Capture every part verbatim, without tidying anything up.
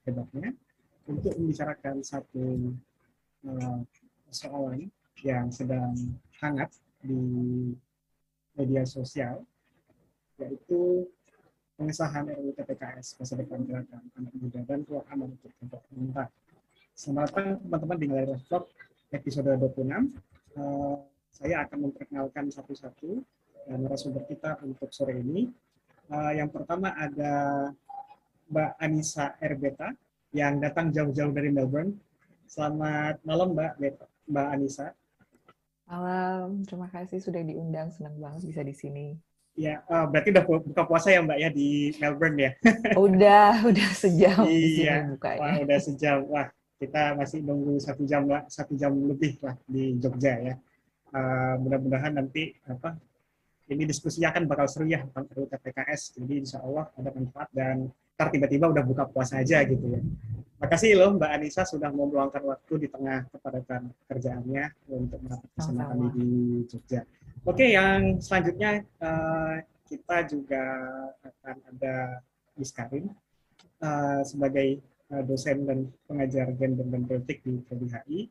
hebatnya untuk membicarakan satu uh, persoalan yang sedang hangat di media sosial, yaitu pengesahan R U U T P K S, masa depan gerakan anak muda dan ruang aman untuk kelompok rentan. Selamat datang teman-teman di Ngalir Vlog episode dua puluh enam. Uh, saya akan memperkenalkan satu-satu uh, narasumber kita untuk sore ini. Uh, yang pertama ada Mbak Anissa Erbeta yang datang jauh-jauh dari Melbourne. Selamat malam Mbak Mbak Anissa. Malam, terima kasih sudah diundang, senang banget bisa di sini. Ya, uh, berarti udah buka puasa ya Mbak ya di Melbourne ya? Udah, udah sejam di sini Iya, bukanya. wah udah sejam. Wah, kita masih nunggu satu jam lah, satu jam lebih lah di Jogja ya. Uh, mudah-mudahan nanti apa ini diskusinya kan bakal seru ya tentang R U U T P K S. Jadi insya Allah ada manfaat dan ntar tiba-tiba udah buka puasa aja gitu ya. Makasih loh Mbak Anissa sudah mau meluangkan waktu di tengah kepadatan kerjaannya untuk merapat bersama kami di Jogja. Oke, yang selanjutnya uh, kita juga akan ada Miss Karin uh, sebagai uh, dosen dan pengajar gender dan politik di Prodi H I.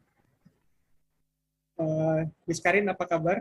Uh, Miss Karin, apa kabar?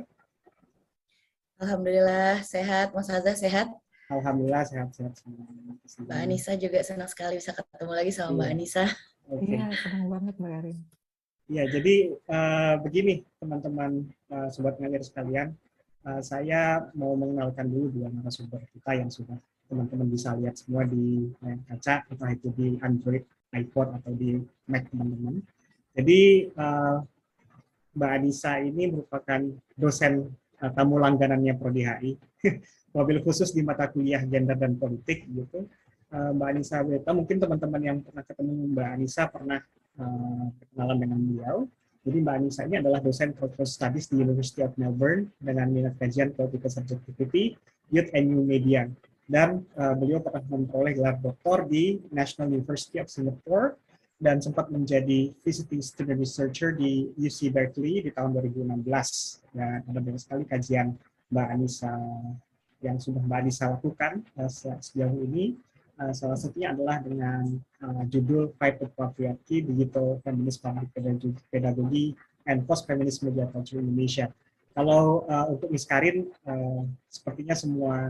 Alhamdulillah sehat, Mas Haza sehat? Alhamdulillah sehat-sehat semua. Mbak Anissa juga senang sekali bisa ketemu lagi sama iya. Mbak Anissa. Okay. Iya, senang banget Mbak Karin. Ya, jadi uh, begini teman-teman uh, sobat ngalir sekalian. Uh, saya mau mengenalkan dulu dua narasumber kita yang sudah teman-teman bisa lihat semua di layar kaca, entah itu di Android, iPhone, atau di Mac teman-teman. Jadi uh, Mbak Anissa ini merupakan dosen uh, tamu langganannya Prodi H I, mobil khusus di mata kuliah gender dan politik gitu. Uh, Mbak Anissa Erbeta, mungkin teman-teman yang pernah ketemu Mbak Anissa pernah uh, kenalan dengan beliau. Jadi Mbak Anissa ini adalah dosen Cultural Studies di University of Melbourne dengan minat kajian Political Subjectivity, Youth and New Media. Dan uh, beliau pernah memperoleh gelar doktor di National University of Singapore dan sempat menjadi visiting student researcher di U C Berkeley di tahun dua ribu enam belas. Dan ada banyak sekali kajian Mbak Anissa yang sudah Mbak Anissa lakukan uh, sejauh ini. Uh, salah satunya adalah dengan uh, judul Fight the Patriarchy, Digital Feminist Public Pedagogy and Post-Feminist Media Culture Indonesia. Kalau uh, untuk Miss Karin, uh, sepertinya semua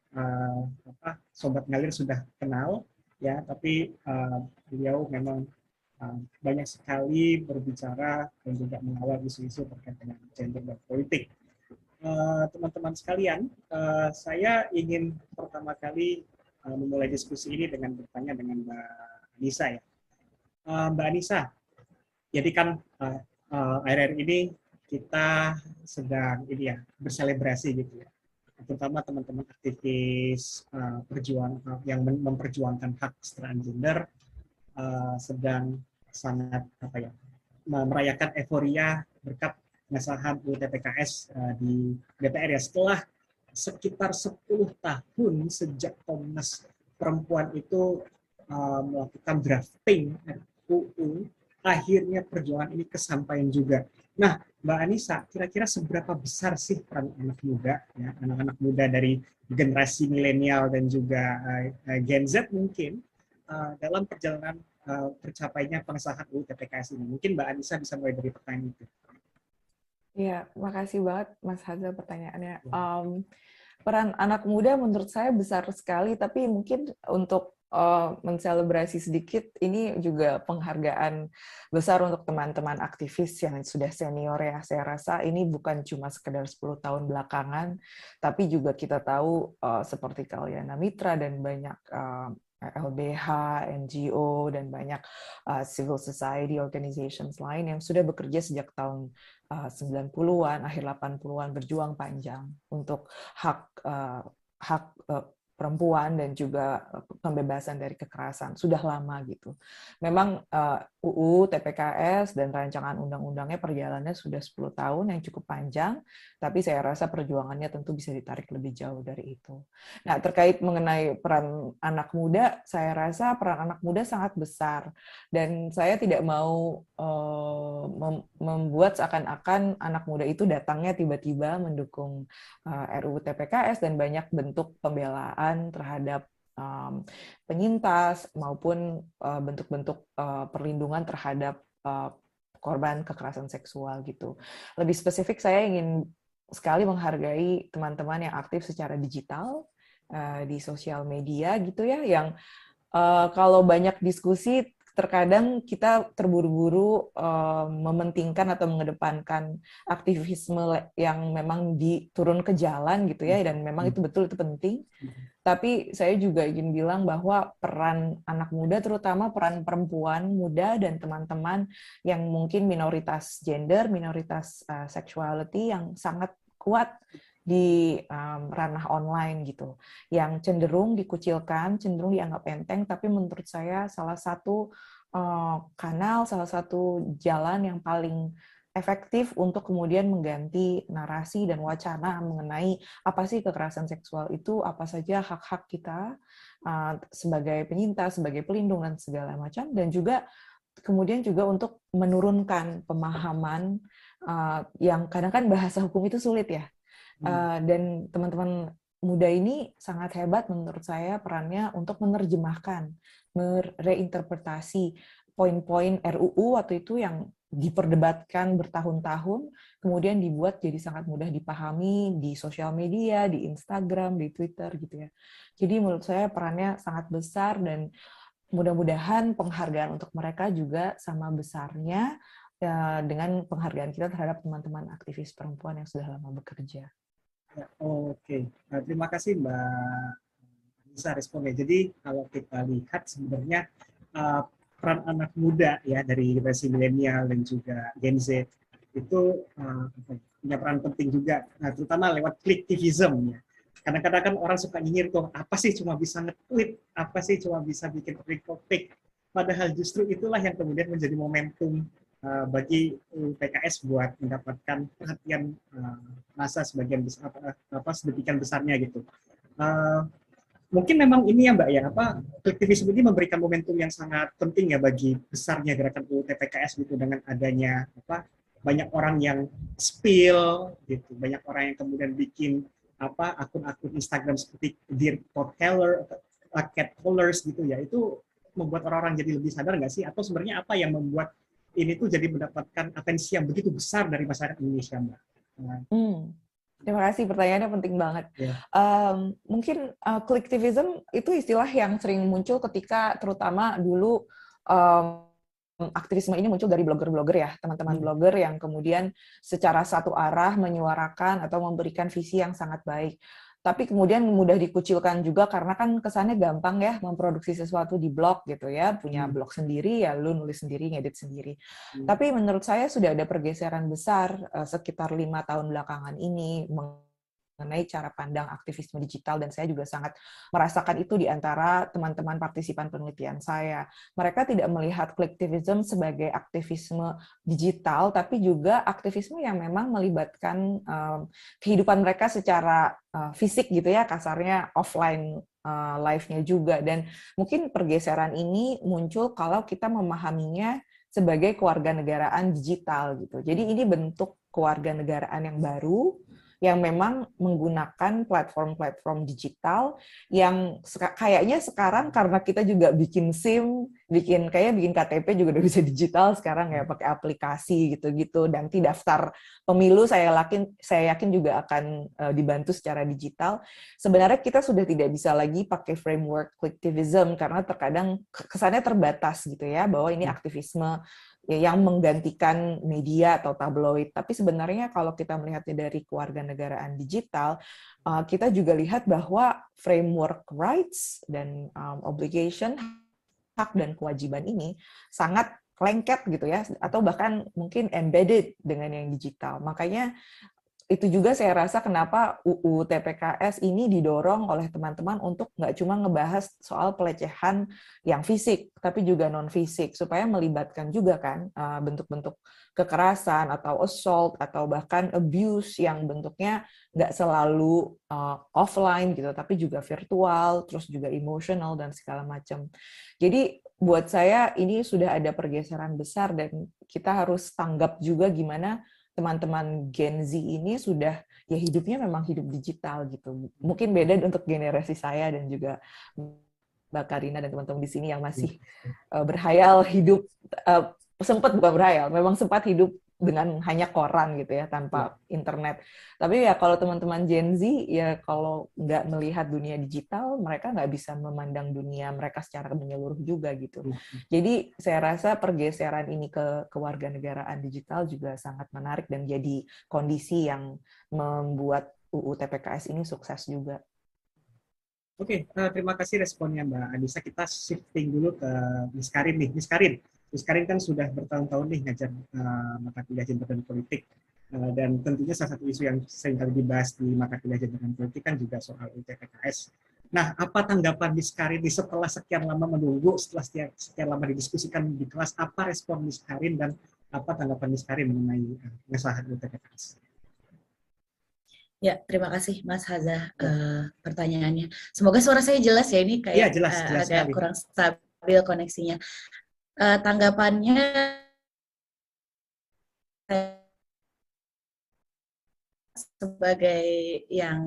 uh, apa, sobat ngalir sudah kenal, ya. Tapi uh, beliau memang uh, banyak sekali berbicara dan juga mengawal isu-isu terkait dengan gender dan politik. Uh, teman-teman sekalian, uh, saya ingin pertama kali Uh, memulai diskusi ini dengan bertanya dengan Mbak Anissa ya. Uh, Mbak Anissa, jadi kan uh, uh, akhir-akhir ini kita sedang ini ya berselebrasi gitu ya, terutama teman-teman aktivis uh, perjuang uh, yang memperjuangkan hak kesetaraan gender uh, sedang sangat apa ya merayakan euforia berkat pengesahan R U U T P K S uh, di D P R ya, setelah sekitar sepuluh tahun sejak Komnas Perempuan itu uh, melakukan drafting R U U, akhirnya perjuangan ini kesampaian juga. Nah, Mbak Anissa, kira-kira seberapa besar sih peran anak muda, ya, anak-anak muda dari generasi milenial dan juga uh, Gen Z mungkin uh, dalam perjalanan uh, tercapainya pengesahan R U U T P K S ini? Mungkin Mbak Anissa bisa mulai dari pertanyaan itu. Iya, makasih banget Mas Haza pertanyaannya. Um, peran anak muda menurut saya besar sekali, tapi mungkin untuk uh, menselebrasi sedikit, ini juga penghargaan besar untuk teman-teman aktivis yang sudah senior ya. Saya rasa ini bukan cuma sekedar sepuluh tahun belakangan, tapi juga kita tahu uh, seperti Kalyana Mitra dan banyak uh, L B H, N G O, dan banyak uh, civil society organizations lain yang sudah bekerja sejak tahun uh, sembilan puluhan, akhir delapan puluhan, berjuang panjang untuk hak uh, hak uh, perempuan dan juga pembebasan dari kekerasan. Sudah lama gitu. Memang uh, U U T P K S dan rancangan undang-undangnya perjalanannya sudah sepuluh tahun yang cukup panjang, tapi saya rasa perjuangannya tentu bisa ditarik lebih jauh dari itu. Nah, terkait mengenai peran anak muda, saya rasa peran anak muda sangat besar. Dan saya tidak mau uh, mem- membuat seakan-akan anak muda itu datangnya tiba-tiba mendukung uh, R U U T P K S dan banyak bentuk pembelaan terhadap um, penyintas maupun uh, bentuk-bentuk uh, perlindungan terhadap uh, korban kekerasan seksual gitu. Lebih spesifik saya ingin sekali menghargai teman-teman yang aktif secara digital uh, di sosial media gitu ya, yang uh, kalau banyak diskusi terkadang kita terburu-buru uh, mementingkan atau mengedepankan aktivisme yang memang diturun ke jalan gitu ya, dan memang itu betul, itu penting. Tapi saya juga ingin bilang bahwa peran anak muda, terutama peran perempuan muda dan teman-teman yang mungkin minoritas gender, minoritas uh, sexuality yang sangat kuat di um, ranah online gitu, yang cenderung dikucilkan, cenderung dianggap enteng, tapi menurut saya salah satu uh, kanal, salah satu jalan yang paling efektif untuk kemudian mengganti narasi dan wacana mengenai apa sih kekerasan seksual itu, apa saja hak-hak kita uh, sebagai penyintas, sebagai pelindung, dan segala macam, dan juga kemudian juga untuk menurunkan pemahaman uh, yang kadang kan bahasa hukum itu sulit ya. Uh, dan teman-teman muda ini sangat hebat menurut saya perannya untuk menerjemahkan, mereinterpretasi poin-poin R U U waktu itu yang diperdebatkan bertahun-tahun, kemudian dibuat jadi sangat mudah dipahami di sosial media, di Instagram, di Twitter gitu ya. Jadi menurut saya perannya sangat besar, dan mudah-mudahan penghargaan untuk mereka juga sama besarnya ya, dengan penghargaan kita terhadap teman-teman aktivis perempuan yang sudah lama bekerja. Ya, Oke, nah, terima kasih Mbak Anissa responnya. Jadi kalau kita lihat sebenarnya uh, peran anak muda ya dari generasi milenial dan juga Gen Z itu uh, punya peran penting juga, nah, terutama lewat kliktivism ya. Kadang-kadang kan orang suka nyinyir tuh, apa sih cuma bisa nge-tweet, apa sih cuma bisa bikin topik-topik. Padahal justru itulah yang kemudian menjadi momentum Uh, bagi U T K S buat mendapatkan perhatian uh, massa sebagian besar, apa, apa sedemikian besarnya gitu. Uh, mungkin memang ini ya Mbak ya, apa kolektivisme ini memberikan momentum yang sangat penting ya bagi besarnya gerakan U T P K S gitu, dengan adanya apa banyak orang yang spill gitu, banyak orang yang kemudian bikin apa akun-akun Instagram seperti Dear Podcaller, uh, Catcallers gitu ya, itu membuat orang-orang jadi lebih sadar nggak sih, atau sebenarnya apa yang membuat ini tuh jadi mendapatkan atensi yang begitu besar dari masyarakat Indonesia, Mbak? Hmm. Terima kasih, pertanyaannya penting banget. Yeah. Um, mungkin uh, collectivism itu istilah yang sering muncul ketika terutama dulu um, aktivisme ini muncul dari blogger-blogger ya, teman-teman hmm. blogger yang kemudian secara satu arah menyuarakan atau memberikan visi yang sangat baik. Tapi kemudian mudah dikucilkan juga karena kan kesannya gampang ya memproduksi sesuatu di blog gitu ya, punya hmm. blog sendiri ya, lu nulis sendiri, ngedit sendiri. Hmm. Tapi menurut saya sudah ada pergeseran besar uh, sekitar lima tahun belakangan ini mengenai cara pandang aktivisme digital, dan saya juga sangat merasakan itu di antara teman-teman partisipan penelitian saya. Mereka tidak melihat collectivism sebagai aktivisme digital, tapi juga aktivisme yang memang melibatkan um, kehidupan mereka secara uh, fisik gitu ya, kasarnya offline uh, life-nya juga. Dan mungkin pergeseran ini muncul kalau kita memahaminya sebagai kewarganegaraan digital gitu. Jadi ini bentuk kewarganegaraan yang baru, yang memang menggunakan platform-platform digital yang seka- kayaknya sekarang karena kita juga bikin SIM, bikin kayak bikin K T P juga udah bisa digital sekarang ya, pakai aplikasi gitu-gitu, dan daftar pemilu saya yakin saya yakin juga akan uh, dibantu secara digital. Sebenarnya kita sudah tidak bisa lagi pakai framework collectivism karena terkadang kesannya terbatas gitu ya, bahwa ini aktivisme yang menggantikan media atau tabloid. Tapi sebenarnya kalau kita melihatnya dari kewarganegaraan digital, kita juga lihat bahwa framework rights dan um, obligation, hak dan kewajiban ini sangat lengket gitu ya, atau bahkan mungkin embedded dengan yang digital. Makanya itu juga saya rasa kenapa U U T P K S ini didorong oleh teman-teman untuk nggak cuma ngebahas soal pelecehan yang fisik, tapi juga non-fisik, supaya melibatkan juga kan bentuk-bentuk kekerasan atau assault atau bahkan abuse yang bentuknya nggak selalu uh, offline gitu, tapi juga virtual, terus juga emotional dan segala macam. Jadi buat saya ini sudah ada pergeseran besar, dan kita harus tanggap juga gimana teman-teman Gen Z ini sudah ya hidupnya memang hidup digital gitu. Mungkin beda untuk generasi saya dan juga Mbak Karina dan teman-teman di sini yang masih uh, berhayal hidup, uh, sempat bukan berhayal, memang sempat hidup dengan hanya koran gitu ya, tanpa ya. internet. Tapi ya kalau teman-teman Gen Z, ya kalau nggak melihat dunia digital, mereka nggak bisa memandang dunia mereka secara menyeluruh juga gitu. Ya. Jadi saya rasa pergeseran ini ke kewarganegaraan digital juga sangat menarik dan jadi kondisi yang membuat U U T P K S ini sukses juga. Oke, uh, terima kasih responnya Mbak Anissa. Kita shifting dulu ke Miss Karin nih. Miss Karin, Miss Karin kan sudah bertahun-tahun nih ngajar uh, mata kuliah gender dan politik. Uh, dan tentunya salah satu isu yang sering kali dibahas di mata kuliah gender dan politik kan juga soal U T P K S. Nah, apa tanggapan Miss Karin setelah sekian lama menunggu, setelah sekian, sekian lama didiskusikan di kelas, apa respon Miss Karin dan apa tanggapan Miss Karin mengenai uh, pengesahan U T P K S? Ya, terima kasih Mas Haza uh, pertanyaannya. Semoga suara saya jelas ya, ini kayak ya, jelas, uh, jelas agak sekali. kurang stabil koneksinya. Uh, tanggapannya sebagai yang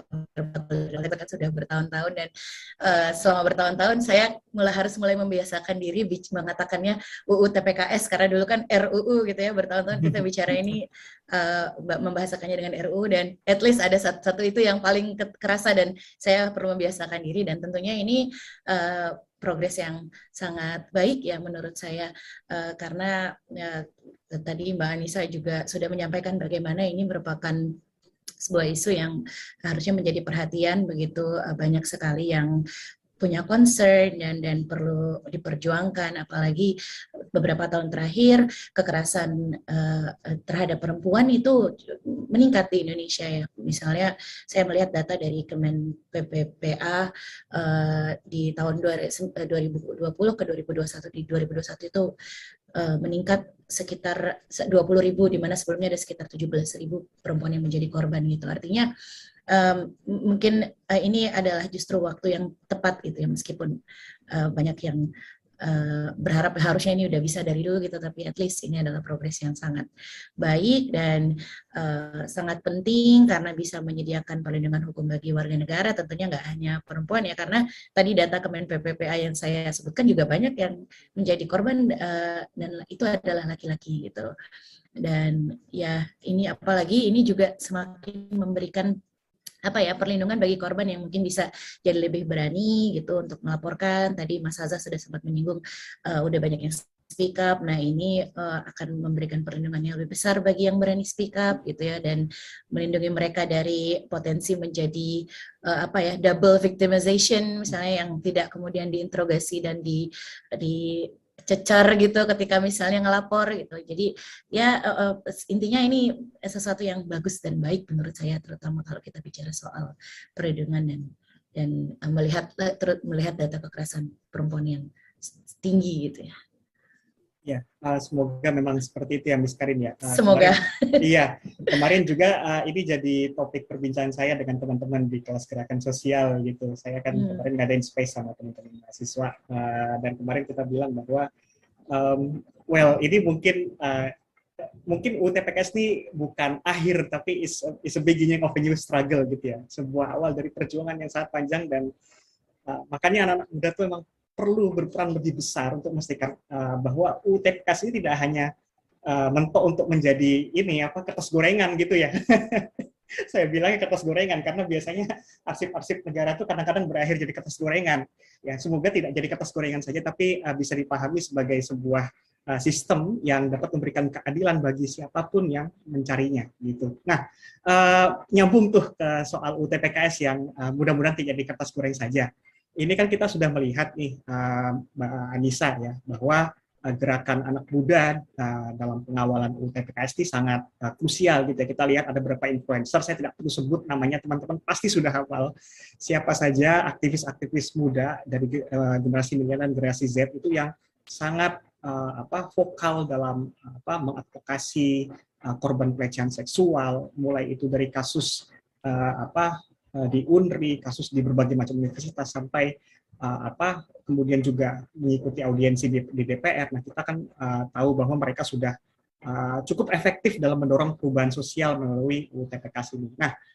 sudah bertahun-tahun dan uh, selama bertahun-tahun saya mulai harus mulai membiasakan diri mengatakannya U U T P K S karena dulu kan R U U gitu ya, bertahun-tahun kita bicara ini uh, membahasakannya dengan R U U dan at least ada satu, satu itu yang paling kerasa dan saya perlu membiasakan diri dan tentunya ini uh, progres yang sangat baik ya menurut saya uh, karena ya, tadi Mbak Anissa juga sudah menyampaikan bagaimana ini merupakan sebuah isu yang harusnya menjadi perhatian begitu banyak sekali yang punya concern dan dan perlu diperjuangkan, apalagi beberapa tahun terakhir kekerasan uh, terhadap perempuan itu meningkat di Indonesia ya. Misalnya saya melihat data dari Kemen P P P A uh, di tahun dua ribu dua puluh ke dua ribu dua puluh satu, di dua ribu dua puluh satu itu uh, meningkat sekitar dua puluh ribu, di mana sebelumnya ada sekitar tujuh belas ribu perempuan yang menjadi korban gitu. Artinya Um, mungkin uh, ini adalah justru waktu yang tepat gitu ya, meskipun uh, banyak yang uh, berharap harusnya ini udah bisa dari dulu gitu, tapi at least ini adalah progres yang sangat baik dan uh, sangat penting karena bisa menyediakan perlindungan hukum bagi warga negara, tentunya nggak hanya perempuan ya, karena tadi data Kemen P P P A yang saya sebutkan juga banyak yang menjadi korban uh, dan itu adalah laki-laki gitu. Dan ya ini apalagi ini juga semakin memberikan apa ya perlindungan bagi korban yang mungkin bisa jadi lebih berani gitu untuk melaporkan. Tadi Mas Haza sudah sempat menyinggung uh, udah banyak yang speak up. Nah ini uh, akan memberikan perlindungan yang lebih besar bagi yang berani speak up gitu ya, dan melindungi mereka dari potensi menjadi uh, apa ya double victimization misalnya, yang tidak kemudian diinterogasi dan di di cecer gitu ketika misalnya ngelapor gitu. Jadi ya uh, uh, intinya ini sesuatu yang bagus dan baik menurut saya, terutama kalau kita bicara soal perlindungan dan dan uh, melihat uh, melihat data kekerasan perempuan yang tinggi gitu ya. Ya, uh, semoga memang seperti itu ya Miss Karin ya. Uh, semoga. Kemarin, iya, kemarin juga uh, ini jadi topik perbincangan saya dengan teman-teman di kelas gerakan sosial gitu. Saya kan hmm. kemarin ngadain space sama teman-teman mahasiswa uh, dan kemarin kita bilang bahwa um, well ini mungkin uh, mungkin U T P K S ini bukan akhir tapi is a, is a beginning of a new struggle gitu ya. Sebuah awal dari perjuangan yang sangat panjang dan uh, makanya anak-anak muda tuh emang perlu berperan lebih besar untuk memastikan uh, bahwa U T P K S ini tidak hanya uh, mentok untuk menjadi ini apa kertas gorengan gitu ya. Saya bilangnya kertas gorengan karena biasanya arsip-arsip negara itu kadang-kadang berakhir jadi kertas gorengan. Ya, semoga tidak jadi kertas gorengan saja tapi uh, bisa dipahami sebagai sebuah uh, sistem yang dapat memberikan keadilan bagi siapapun yang mencarinya gitu. Nah, uh, nyambung tuh ke soal U T P K S yang uh, mudah-mudahan tidak jadi kertas goreng saja. Ini kan kita sudah melihat nih uh, Mbak Anissa ya bahwa uh, gerakan anak muda uh, dalam pengawalan U T P K S ini sangat uh, krusial gitu ya. Kita lihat ada beberapa influencer, saya tidak perlu sebut namanya, teman-teman pasti sudah hafal siapa saja aktivis-aktivis muda dari uh, generasi milenial dan generasi Z itu yang sangat uh, apa vokal dalam apa mengadvokasi uh, korban pelecehan seksual, mulai itu dari kasus uh, apa di U N R I, kasus di berbagai macam universitas sampai uh, apa kemudian juga mengikuti audiensi di, di D P R. Nah, kita kan uh, tahu bahwa mereka sudah uh, cukup efektif dalam mendorong perubahan sosial melalui U T P K S ini. Nah,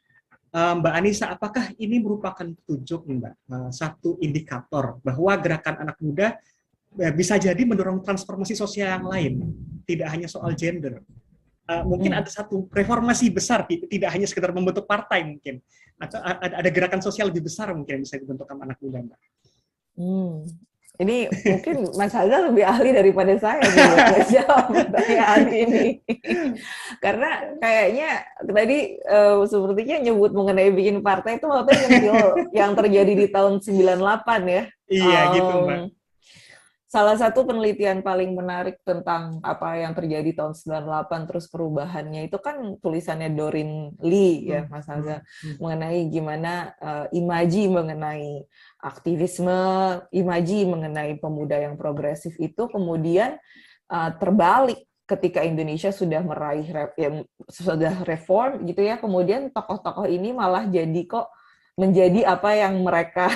Uh, Mbak Anissa, apakah ini merupakan petunjuk, Mbak, uh, satu indikator bahwa gerakan anak muda uh, bisa jadi mendorong transformasi sosial yang lain, tidak hanya soal gender. Uh, mungkin hmm. ada satu reformasi besar, tidak hanya sekedar membentuk partai mungkin, atau ada, ada gerakan sosial lebih besar mungkin yang bisa dibentuk anak muda, Mbak. Hmm. Ini mungkin Mas Haza lebih ahli daripada saya buat jawab pertanyaan ini. Karena kayaknya tadi uh, sepertinya nyebut mengenai bikin partai itu waktu itu yang terjadi di tahun sembilan puluh delapan ya. Iya, um, gitu Mbak. Salah satu penelitian paling menarik tentang apa yang terjadi tahun sembilan puluh delapan terus perubahannya itu kan tulisannya Doreen Lee ya Mas Haza, hmm. mengenai gimana uh, imaji mengenai aktivisme, imaji mengenai pemuda yang progresif itu kemudian uh, terbalik ketika Indonesia sudah meraih ya, sudah reform gitu ya, kemudian tokoh-tokoh ini malah jadi kok menjadi apa yang mereka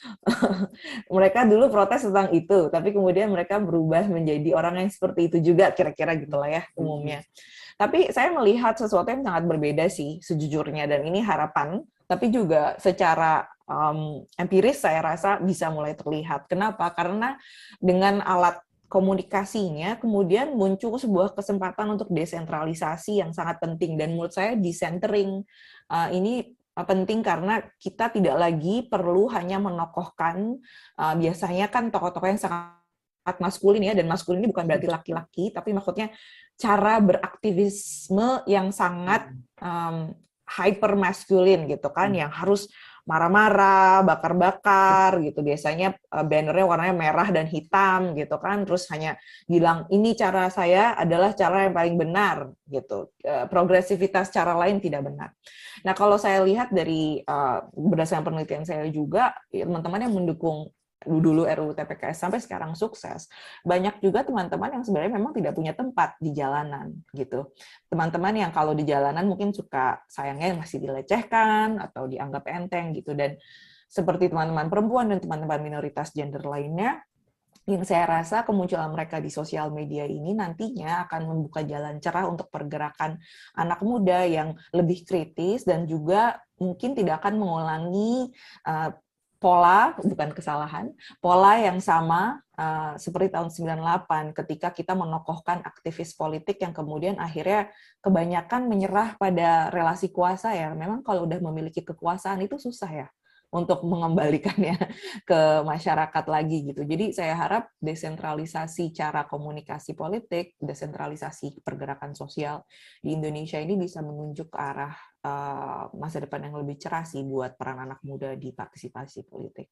mereka dulu protes tentang itu, tapi kemudian mereka berubah menjadi orang yang seperti itu juga kira-kira gitulah ya umumnya. Mm-hmm. Tapi saya melihat sesuatu yang sangat berbeda sih sejujurnya, dan ini harapan, tapi juga secara um, empiris saya rasa bisa mulai terlihat. Kenapa? Karena dengan alat komunikasinya kemudian muncul sebuah kesempatan untuk desentralisasi yang sangat penting, dan menurut saya decentering uh, ini penting karena kita tidak lagi perlu hanya menokohkan, uh, biasanya kan tokoh-tokoh yang sangat maskulin ya, dan maskulin ini bukan berarti laki-laki, tapi maksudnya cara beraktivisme yang sangat um, hyper maskulin gitu kan, yang harus marah-marah, bakar-bakar gitu, biasanya uh, bannernya warnanya merah dan hitam gitu kan, terus hanya bilang ini cara saya adalah cara yang paling benar gitu, uh, progresivitas cara lain tidak benar. Nah kalau saya lihat dari uh, berdasarkan penelitian saya juga, teman-teman yang mendukung dulu R U U T P K S sampai sekarang sukses, banyak juga teman-teman yang sebenarnya memang tidak punya tempat di jalanan gitu. Teman-teman yang kalau di jalanan mungkin suka sayangnya masih dilecehkan atau dianggap enteng gitu, dan seperti teman-teman perempuan dan teman-teman minoritas gender lainnya, yang saya rasa kemunculan mereka di sosial media ini nantinya akan membuka jalan cerah untuk pergerakan anak muda yang lebih kritis dan juga mungkin tidak akan mengulangi uh, pola, bukan kesalahan, pola yang sama uh, seperti tahun sembilan puluh delapan ketika kita menokohkan aktivis politik yang kemudian akhirnya kebanyakan menyerah pada relasi kuasa ya. Memang kalau udah memiliki kekuasaan itu susah ya untuk mengembalikannya ke masyarakat lagi gitu. Jadi saya harap desentralisasi cara komunikasi politik, desentralisasi pergerakan sosial di Indonesia ini bisa menunjuk ke arah uh, masa depan yang lebih cerah sih buat peran anak muda di partisipasi politik.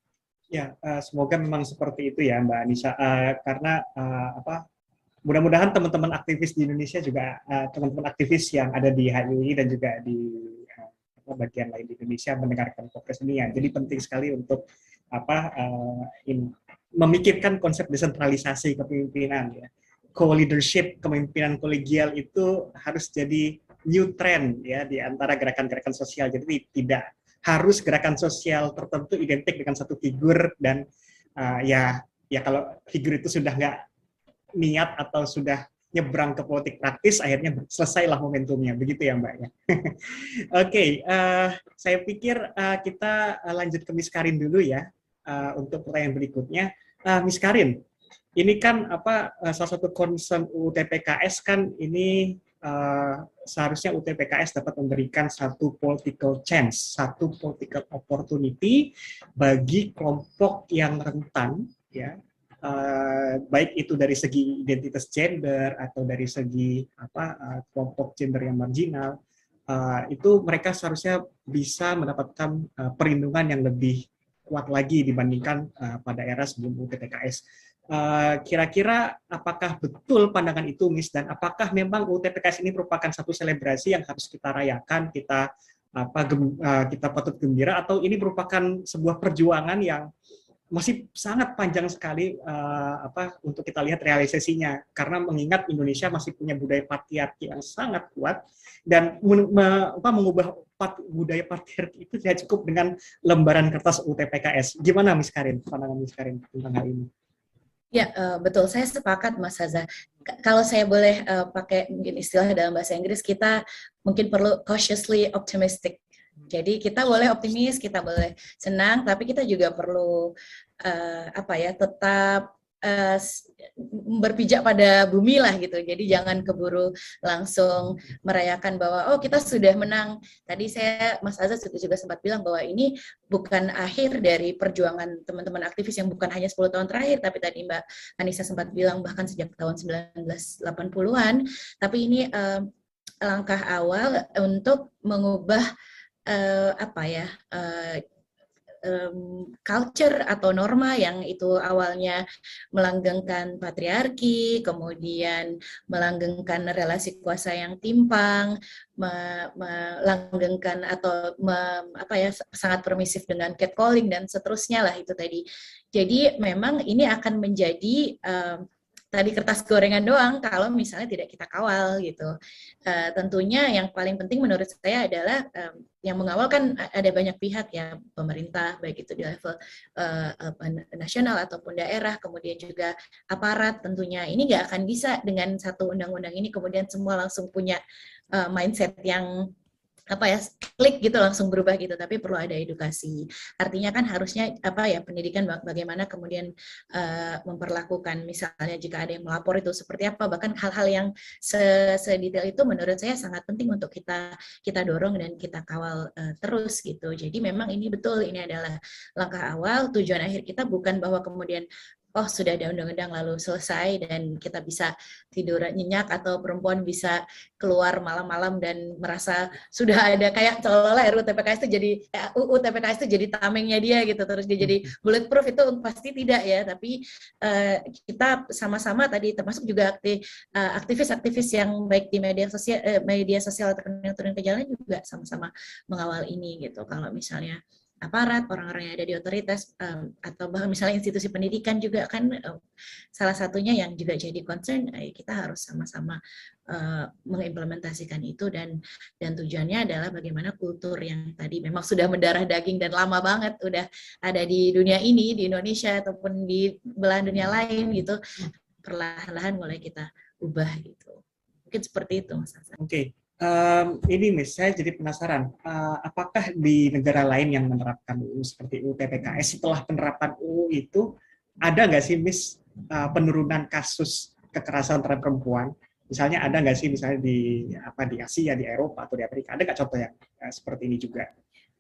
Ya, uh, semoga memang seperti itu ya Mbak Anissa. Uh, karena uh, apa? Mudah-mudahan teman-teman aktivis di Indonesia juga uh, teman-teman aktivis yang ada di H I U I dan juga di bagian lain di Indonesia mendengarkan podcast ini ya. Jadi penting sekali untuk apa uh, in, memikirkan konsep desentralisasi kepemimpinan ya. Co-leadership, kepemimpinan kolegial itu harus jadi new trend ya di antara gerakan-gerakan sosial. Jadi tidak harus gerakan sosial tertentu identik dengan satu figur, dan uh, ya ya kalau figur itu sudah nggak niat atau sudah nyebrang ke politik praktis, akhirnya selesailah momentumnya, begitu ya Mbak ya. Oke, okay, uh, saya pikir uh, kita lanjut ke Miss Karin dulu ya uh, untuk pertanyaan berikutnya. Uh, Miss Karin, ini kan apa uh, salah satu concern U U T P K S kan ini uh, seharusnya U U T P K S dapat memberikan satu political chance, satu political opportunity bagi kelompok yang rentan ya. Uh, baik itu dari segi identitas gender atau dari segi apa uh, kelompok gender yang marginal, uh, itu mereka seharusnya bisa mendapatkan uh, perlindungan yang lebih kuat lagi dibandingkan uh, pada era sebelum U U T P K S. Uh, kira-kira apakah betul pandangan itu, Miss, dan apakah memang U U T P K S ini merupakan satu selebrasi yang harus kita rayakan, kita apa gem, uh, kita patut gembira, atau ini merupakan sebuah perjuangan yang masih sangat panjang sekali uh, apa untuk kita lihat realisasinya, karena mengingat Indonesia masih punya budaya patriarki yang sangat kuat, dan men, me, apa, mengubah pat, budaya patriarki itu tidak cukup dengan lembaran kertas U U T P K S. Gimana Miss Karin, pandangan Miss Karin tentang hal ini? Ya, uh, betul. Saya sepakat Mas Haza. K- kalau saya boleh uh, pakai mungkin istilah dalam bahasa Inggris, kita mungkin perlu cautiously optimistic. Jadi kita boleh optimis, kita boleh senang, tapi kita juga perlu uh, apa ya, tetap uh, berpijak pada bumi lah gitu. Jadi jangan keburu langsung merayakan bahwa oh kita sudah menang. Tadi saya Mas Azza juga sempat bilang bahwa ini bukan akhir dari perjuangan teman-teman aktivis yang bukan hanya sepuluh tahun terakhir, tapi tadi Mbak Anissa sempat bilang bahkan sejak tahun sembilan belas delapan puluhan. Tapi ini uh, langkah awal untuk mengubah Uh, apa ya uh, um, culture atau norma yang itu awalnya melanggengkan patriarki, kemudian melanggengkan relasi kuasa yang timpang, me- melanggengkan atau me- apa ya sangat permisif dengan catcalling dan seterusnya lah itu tadi. Jadi memang ini akan menjadi um, tadi kertas gorengan doang kalau misalnya tidak kita kawal gitu. Uh, tentunya yang paling penting menurut saya adalah um, yang mengawal kan ada banyak pihak ya, pemerintah baik itu di level uh, nasional ataupun daerah, kemudian juga aparat tentunya. Ini nggak akan bisa dengan satu undang-undang ini kemudian semua langsung punya uh, mindset yang apa ya klik gitu langsung berubah gitu, tapi perlu ada edukasi. Artinya kan harusnya apa ya pendidikan bagaimana kemudian uh, memperlakukan misalnya jika ada yang melapor itu seperti apa, bahkan hal-hal yang sedetail itu menurut saya sangat penting untuk kita kita dorong dan kita kawal uh, terus gitu. Jadi memang ini betul ini adalah langkah awal. Tujuan akhir kita bukan bahwa kemudian oh sudah ada undang-undang lalu selesai dan kita bisa tidur nyenyak atau perempuan bisa keluar malam-malam dan merasa sudah ada kayak seolah-olah R U U T P K S itu jadi eh, U U T P K S itu jadi tamengnya dia gitu terus dia jadi bulletproof, itu pasti tidak ya, tapi uh, kita sama-sama tadi termasuk juga aktif, uh, aktivis-aktivis yang baik di media sosial uh, media sosial atau yang turun ke jalan juga sama-sama mengawal ini gitu. Kalau misalnya aparat, orang-orang yang ada di otoritas, um, atau bahkan misalnya institusi pendidikan juga kan um, salah satunya yang juga jadi concern, eh, kita harus sama-sama uh, mengimplementasikan itu dan dan tujuannya adalah bagaimana kultur yang tadi memang sudah mendarah daging dan lama banget udah ada di dunia ini, di Indonesia ataupun di belahan dunia lain gitu, perlahan-lahan mulai kita ubah gitu. Mungkin seperti itu Mas Hasan. Oke. Okay. Um, ini Miss, saya jadi penasaran, uh, apakah di negara lain yang menerapkan U U seperti U U T P K S setelah penerapan U U itu ada nggak sih Miss uh, penurunan kasus kekerasan terhadap perempuan? Misalnya ada nggak sih misalnya di apa di Asia, di Eropa atau di Amerika, ada nggak contoh yang uh, seperti ini juga?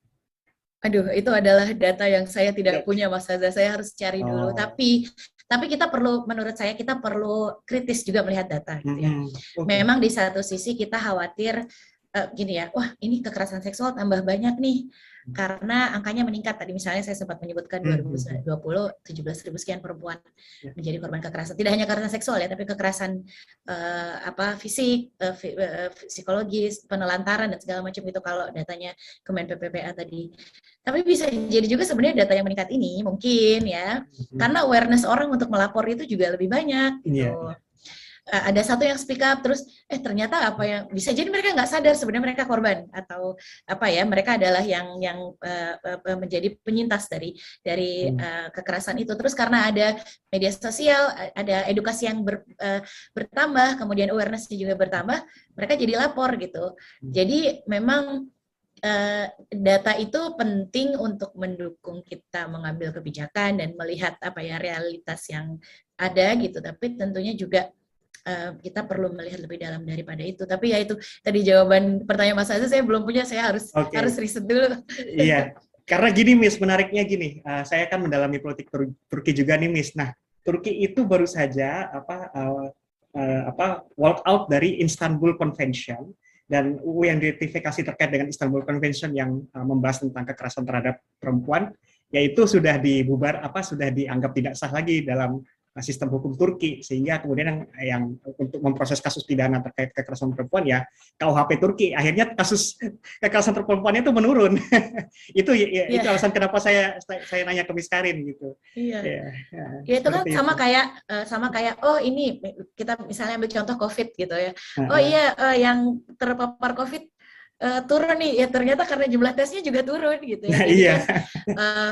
Aduh, itu adalah data yang saya tidak punya Mas Haza, saya harus cari dulu. Oh. Tapi tapi kita perlu, menurut saya kita perlu kritis juga melihat data gitu ya. Mm-hmm. Okay. Memang di satu sisi kita khawatir uh, gini ya, wah ini kekerasan seksual tambah banyak nih karena angkanya meningkat. Tadi misalnya saya sempat menyebutkan dua ribu dua puluh tujuh belas ribu sekian perempuan menjadi korban kekerasan. Tidak hanya kekerasan seksual ya, tapi kekerasan uh, apa fisik, uh, uh, psikologis, penelantaran dan segala macam itu kalau datanya Kemen P P P A tadi. Tapi bisa jadi juga sebenarnya data yang meningkat ini mungkin ya, hmm. karena awareness orang untuk melapor itu juga lebih banyak gitu. Yeah. Uh, ada satu yang speak up terus eh ternyata apa yang bisa jadi mereka nggak sadar sebenarnya mereka korban atau apa ya mereka adalah yang yang uh, uh, menjadi penyintas dari dari uh, kekerasan itu. Terus karena ada media sosial, ada edukasi yang ber, uh, bertambah, kemudian awareness-nya juga bertambah, mereka jadi lapor gitu. Jadi memang Uh, data itu penting untuk mendukung kita mengambil kebijakan dan melihat apa ya realitas yang ada gitu, tapi tentunya juga uh, kita perlu melihat lebih dalam daripada itu. Tapi ya itu tadi jawaban pertanyaan Mas Aziz saya belum punya, saya harus okay. harus riset dulu. Iya, karena gini Miss, menariknya gini, uh, saya kan mendalami politik Tur- Turki juga nih Miss. Nah, Turki itu baru saja apa uh, uh, apa walk out dari Istanbul Convention. Dan U U yang diratifikasi terkait dengan Istanbul Convention yang uh, membahas tentang kekerasan terhadap perempuan, yaitu sudah dibubar apa sudah dianggap tidak sah lagi dalam uh, sistem hukum Turki, sehingga kemudian yang, yang untuk memproses kasus pidana terkait kekerasan perempuan ya K U H P Turki, akhirnya kasus kekerasan terhadap perempuannya itu menurun. itu ya, yeah. itu alasan kenapa saya saya nanya ke Miss Karin gitu. Iya. Yeah. Yeah. Ya itu kan sama itu. kayak uh, sama kayak oh ini kita misalnya ambil contoh COVID gitu ya. Uh-huh. Oh iya uh, yang terpapar COVID uh, turun nih ya ternyata karena jumlah tesnya juga turun gitu ya. Nah, iya. Kan, uh,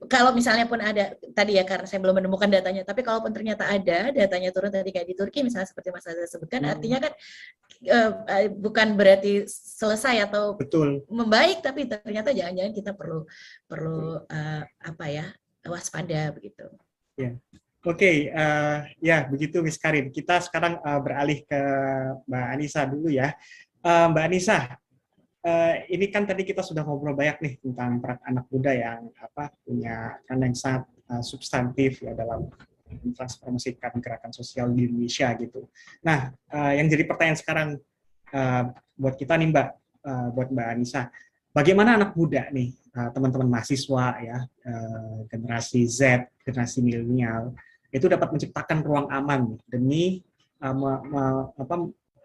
kalau misalnya pun ada tadi ya, karena saya belum menemukan datanya, tapi kalaupun ternyata ada datanya turun tadi kayak di Turki misalnya seperti Mas Azza sebutkan, Hmm. artinya kan uh, bukan berarti selesai atau Betul. membaik, tapi ternyata jangan-jangan kita perlu perlu uh, apa ya, waspada begitu. Ya. Oke, okay, uh, ya begitu Miss Karin. Kita sekarang uh, beralih ke Mbak Anissa dulu ya. Uh, Mbak Anissa, uh, ini kan tadi kita sudah ngobrol banyak nih tentang peran anak muda yang apa punya peran yang sangat uh, substantif ya dalam mentransformasikan gerakan sosial di Indonesia gitu. Nah, uh, yang jadi pertanyaan sekarang uh, buat kita nih Mbak, uh, buat Mbak Anissa, bagaimana anak muda nih, uh, teman-teman mahasiswa ya, uh, generasi Z, generasi milenial, itu dapat menciptakan ruang aman demi uh, me, me, apa,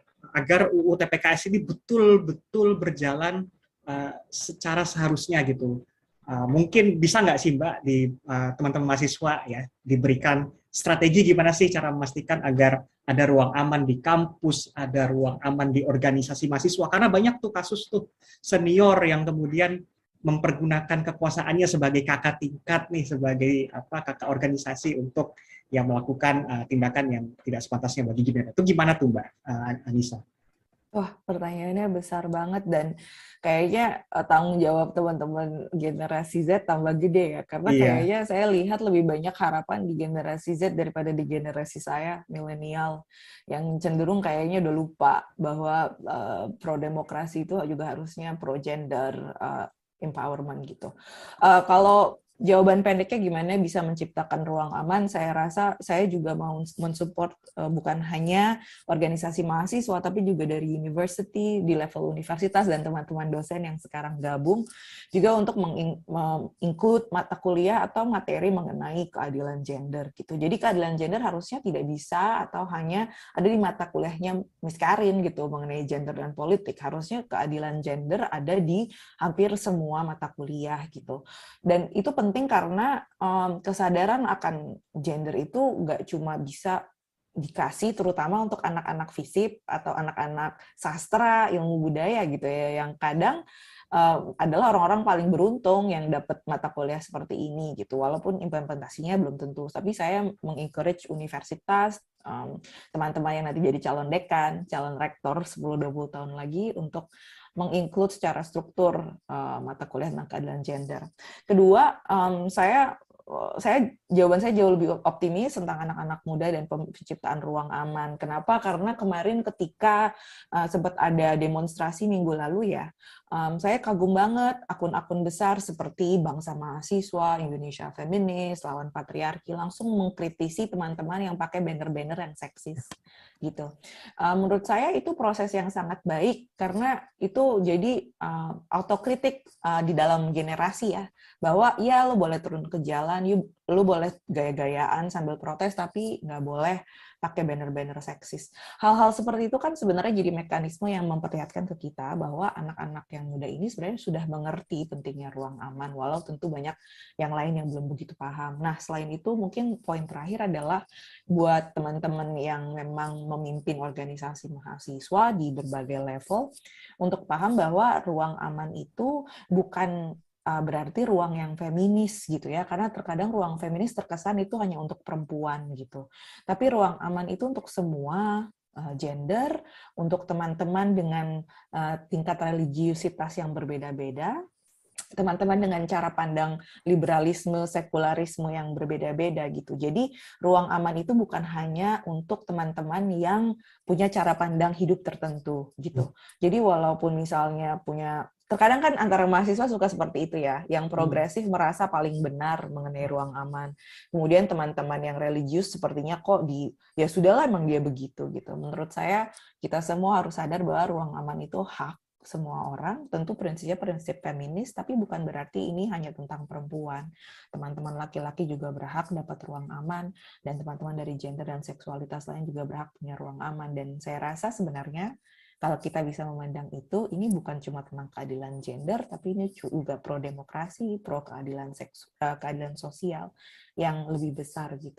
agar U U T P K S ini betul-betul berjalan uh, secara seharusnya gitu. Uh, mungkin bisa nggak sih Mbak di uh, teman-teman mahasiswa ya diberikan strategi gimana sih cara memastikan agar ada ruang aman di kampus, ada ruang aman di organisasi mahasiswa, karena banyak tuh kasus tuh senior yang kemudian mempergunakan kekuasaannya sebagai kakak tingkat nih, sebagai apa kakak organisasi untuk yang melakukan uh, tindakan yang tidak sepantasnya bagi gimana. Itu gimana tuh Mbak uh, Anissa? Wah, pertanyaannya besar banget dan kayaknya uh, tanggung jawab teman-teman generasi Z tambah gede ya. Karena Iya. kayaknya saya lihat lebih banyak harapan di generasi Z daripada di generasi saya, milenial, yang cenderung kayaknya udah lupa bahwa uh, pro-demokrasi itu juga harusnya pro-gender uh, empowerment gitu. Uh, kalau jawaban pendeknya gimana bisa menciptakan ruang aman, saya rasa saya juga mau mensupport uh, bukan hanya organisasi mahasiswa, tapi juga dari university, di level universitas, dan teman-teman dosen yang sekarang gabung, juga untuk meng-include mata kuliah atau materi mengenai keadilan gender. Gitu. Jadi keadilan gender harusnya tidak bisa atau hanya ada di mata kuliahnya Miss Karin gitu, mengenai gender dan politik. Harusnya keadilan gender ada di hampir semua mata kuliah gitu. Dan itu penting penting karena um, kesadaran akan gender itu nggak cuma bisa dikasih terutama untuk anak-anak FISIP atau anak-anak sastra, ilmu budaya gitu ya, yang kadang uh, adalah orang-orang paling beruntung yang dapat mata kuliah seperti ini gitu, walaupun implementasinya belum tentu. Tapi saya mengencourage universitas, um, teman-teman yang nanti jadi calon dekan, calon rektor sepuluh dua puluh tahun lagi untuk menginclude secara struktur uh, mata kuliah tentang keadilan gender. Kedua, um, saya saya jawaban saya jauh lebih optimis tentang anak-anak muda dan penciptaan ruang aman. Kenapa? Karena kemarin ketika uh, sempat ada demonstrasi minggu lalu ya, um, saya kagum banget akun-akun besar seperti Bangsa Mahasiswa, Indonesia Feminis, Lawan Patriarki langsung mengkritisi teman-teman yang pakai banner-banner yang seksis gitu. Uh, menurut saya itu proses yang sangat baik karena itu jadi uh, autokritik uh, di dalam generasi ya, bahwa ya lo boleh turun ke jalan, you, lo boleh gaya-gayaan sambil protes, tapi nggak boleh pakai banner-banner seksis. Hal-hal seperti itu kan sebenarnya jadi mekanisme yang memperlihatkan ke kita bahwa anak-anak yang muda ini sebenarnya sudah mengerti pentingnya ruang aman, walau tentu banyak yang lain yang belum begitu paham. Nah, selain itu mungkin poin terakhir adalah buat teman-teman yang memang memimpin organisasi mahasiswa di berbagai level untuk paham bahwa ruang aman itu bukan berarti ruang yang feminis gitu ya, karena terkadang ruang feminis terkesan itu hanya untuk perempuan gitu. Tapi ruang aman itu untuk semua uh, gender, untuk teman-teman dengan uh, tingkat religiusitas yang berbeda-beda, teman-teman dengan cara pandang liberalisme, sekularisme yang berbeda-beda gitu. Jadi ruang aman itu bukan hanya untuk teman-teman yang punya cara pandang hidup tertentu gitu. Jadi walaupun misalnya punya, terkadang kan antara mahasiswa suka seperti itu ya, yang progresif hmm. merasa paling benar mengenai ruang aman. Kemudian teman-teman yang religius sepertinya kok di, ya sudahlah emang dia begitu gitu. Menurut saya kita semua harus sadar bahwa ruang aman itu hak semua orang, tentu prinsipnya prinsip feminis, tapi bukan berarti ini hanya tentang perempuan. Teman-teman laki-laki juga berhak dapat ruang aman, dan teman-teman dari gender dan seksualitas lain juga berhak punya ruang aman. Dan saya rasa sebenarnya kalau kita bisa memandang itu, ini bukan cuma tentang keadilan gender, tapi ini juga pro-demokrasi, pro-keadilan seksu, keadilan sosial yang lebih besar gitu.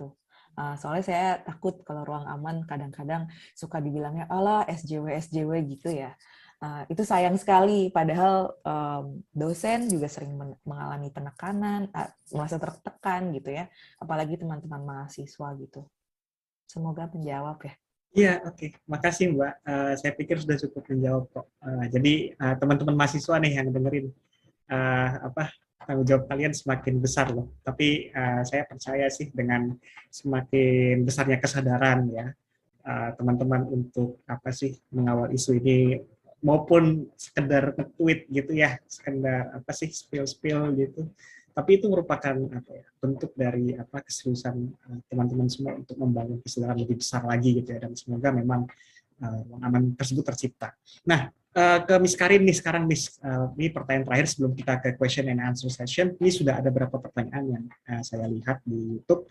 Uh, soalnya saya takut kalau ruang aman kadang-kadang suka dibilangnya, alah S J W, S J W gitu ya. Uh, itu sayang sekali, padahal um, dosen juga sering men- mengalami penekanan, uh, merasa tertekan gitu ya, apalagi teman-teman mahasiswa gitu. Semoga menjawab ya. Iya, oke. Okay. Makasih Mbak. Uh, saya pikir sudah cukup menjawab kok. Uh, jadi uh, teman-teman mahasiswa nih yang dengerin, uh, apa tanggung jawab kalian semakin besar loh. Tapi uh, saya percaya sih dengan semakin besarnya kesadaran ya uh, teman-teman untuk apa sih mengawal isu ini, maupun sekedar nge-tweet gitu ya, sekedar apa sih spill-spill gitu. Tapi itu merupakan apa ya, bentuk dari apa keseriusan uh, teman-teman semua untuk membangun kesadaran lebih besar lagi gitu ya, dan semoga memang uh, ruang aman tersebut tercipta. Nah, uh, ke Miss Karin nih sekarang, Miss, uh, ini pertanyaan terakhir sebelum kita ke question and answer session. Ini sudah ada beberapa pertanyaan yang uh, saya lihat di YouTube.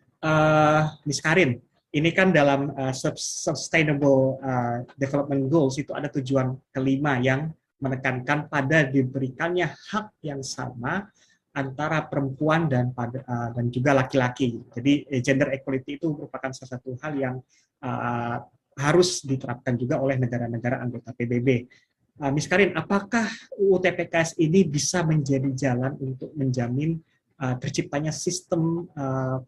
Uh, Miss Karin, ini kan dalam uh, Sustainable uh, Development Goals itu ada tujuan kelima yang menekankan pada diberikannya hak yang sama antara perempuan dan pada, uh, dan juga laki-laki. Jadi gender equality itu merupakan salah satu hal yang uh, harus diterapkan juga oleh negara-negara anggota P B B. Uh, Miss Karin, apakah U U T P K S ini bisa menjadi jalan untuk menjamin uh, terciptanya sistem uh,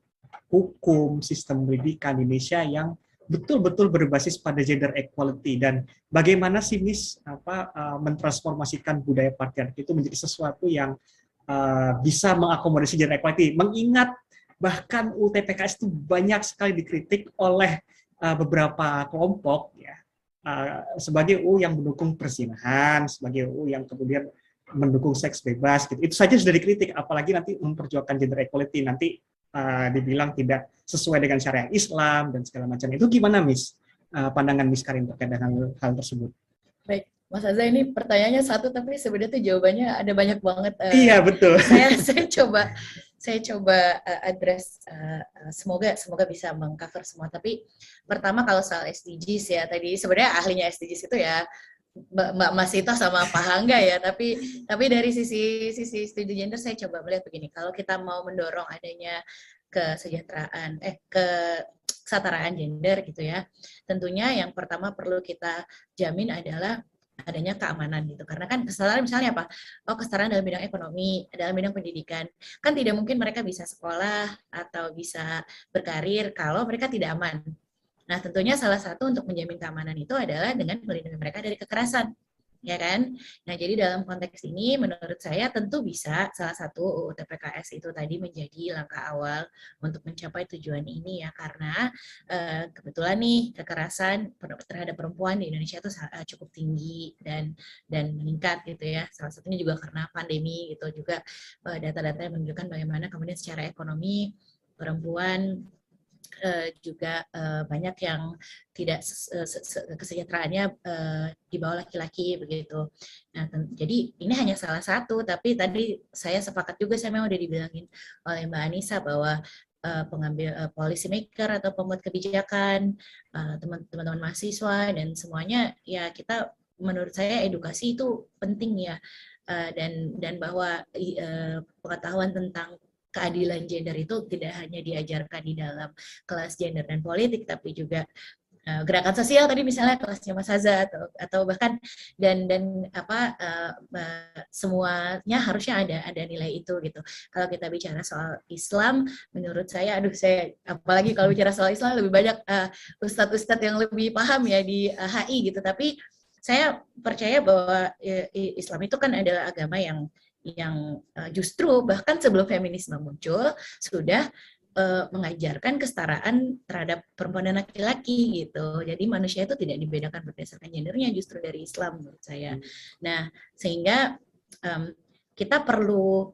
hukum, sistem pendidikan Indonesia yang betul-betul berbasis pada gender equality, dan bagaimana sih Miss apa uh, mentransformasikan budaya patriarki itu menjadi sesuatu yang Uh, bisa mengakomodasi gender equality, mengingat bahkan U T P K S itu banyak sekali dikritik oleh uh, beberapa kelompok ya, uh, sebagai U U yang mendukung perzinahan, sebagai U U yang kemudian mendukung seks bebas gitu. Itu saja sudah dikritik, apalagi nanti memperjuangkan gender equality, nanti uh, dibilang tidak sesuai dengan syariat Islam dan segala macam. Itu gimana Miss, uh, pandangan Miss Karin terkait dengan hal, hal tersebut? Baik, Mas Azza, ini pertanyaannya satu tapi sebenarnya tuh jawabannya ada banyak banget. Uh, iya betul. Saya saya coba saya coba uh, address, uh, semoga semoga bisa mengcover semua. Tapi pertama kalau soal S D Gs ya, tadi sebenarnya ahlinya S D Gs itu ya Mbak Mas Ito sama Pak Hangga ya. Tapi tapi dari sisi sisi studi gender saya coba melihat begini. Kalau kita mau mendorong adanya kesejahteraan, eh ke kesetaraan gender gitu ya, tentunya yang pertama perlu kita jamin adalah adanya keamanan gitu. Karena kan kesetaraan misalnya apa? Oh, kesetaraan dalam bidang ekonomi, dalam bidang pendidikan. Kan tidak mungkin mereka bisa sekolah atau bisa berkarir kalau mereka tidak aman. Nah, tentunya salah satu untuk menjamin keamanan itu adalah dengan melindungi mereka dari kekerasan. Ya kan? Nah, jadi dalam konteks ini menurut saya tentu bisa salah satu U U T P K S itu tadi menjadi langkah awal untuk mencapai tujuan ini ya, karena uh, kebetulan nih kekerasan terhadap perempuan di Indonesia itu uh, cukup tinggi dan dan meningkat gitu ya. Salah satunya juga karena pandemi gitu, juga uh, data-data yang menunjukkan bagaimana kemudian secara ekonomi perempuan Uh, juga uh, banyak yang tidak uh, kesejahteraannya uh, di bawah laki-laki begitu. Nah, jadi ini hanya salah satu, tapi tadi saya sepakat juga, saya memang udah dibilangin oleh Mbak Anissa bahwa uh, pengambil uh, policy maker atau pembuat kebijakan, uh, teman-teman mahasiswa dan semuanya ya, kita menurut saya edukasi itu penting ya, uh, dan dan bahwa uh, pengetahuan tentang keadilan gender itu tidak hanya diajarkan di dalam kelas gender dan politik, tapi juga uh, gerakan sosial tadi misalnya kelasnya Mas Haza atau atau bahkan dan dan apa uh, uh, semuanya harusnya ada ada nilai itu gitu. Kalau kita bicara soal Islam, menurut saya, aduh saya apalagi kalau bicara soal Islam lebih banyak uh, ustadz-ustadz yang lebih paham ya di uh, H I gitu. Tapi saya percaya bahwa uh, Islam itu kan adalah agama yang yang uh, justru bahkan sebelum feminisme muncul sudah uh, mengajarkan kesetaraan terhadap perempuan dan laki-laki gitu. Jadi manusia itu tidak dibedakan berdasarkan gendernya justru dari Islam menurut saya. Nah, sehingga um, kita perlu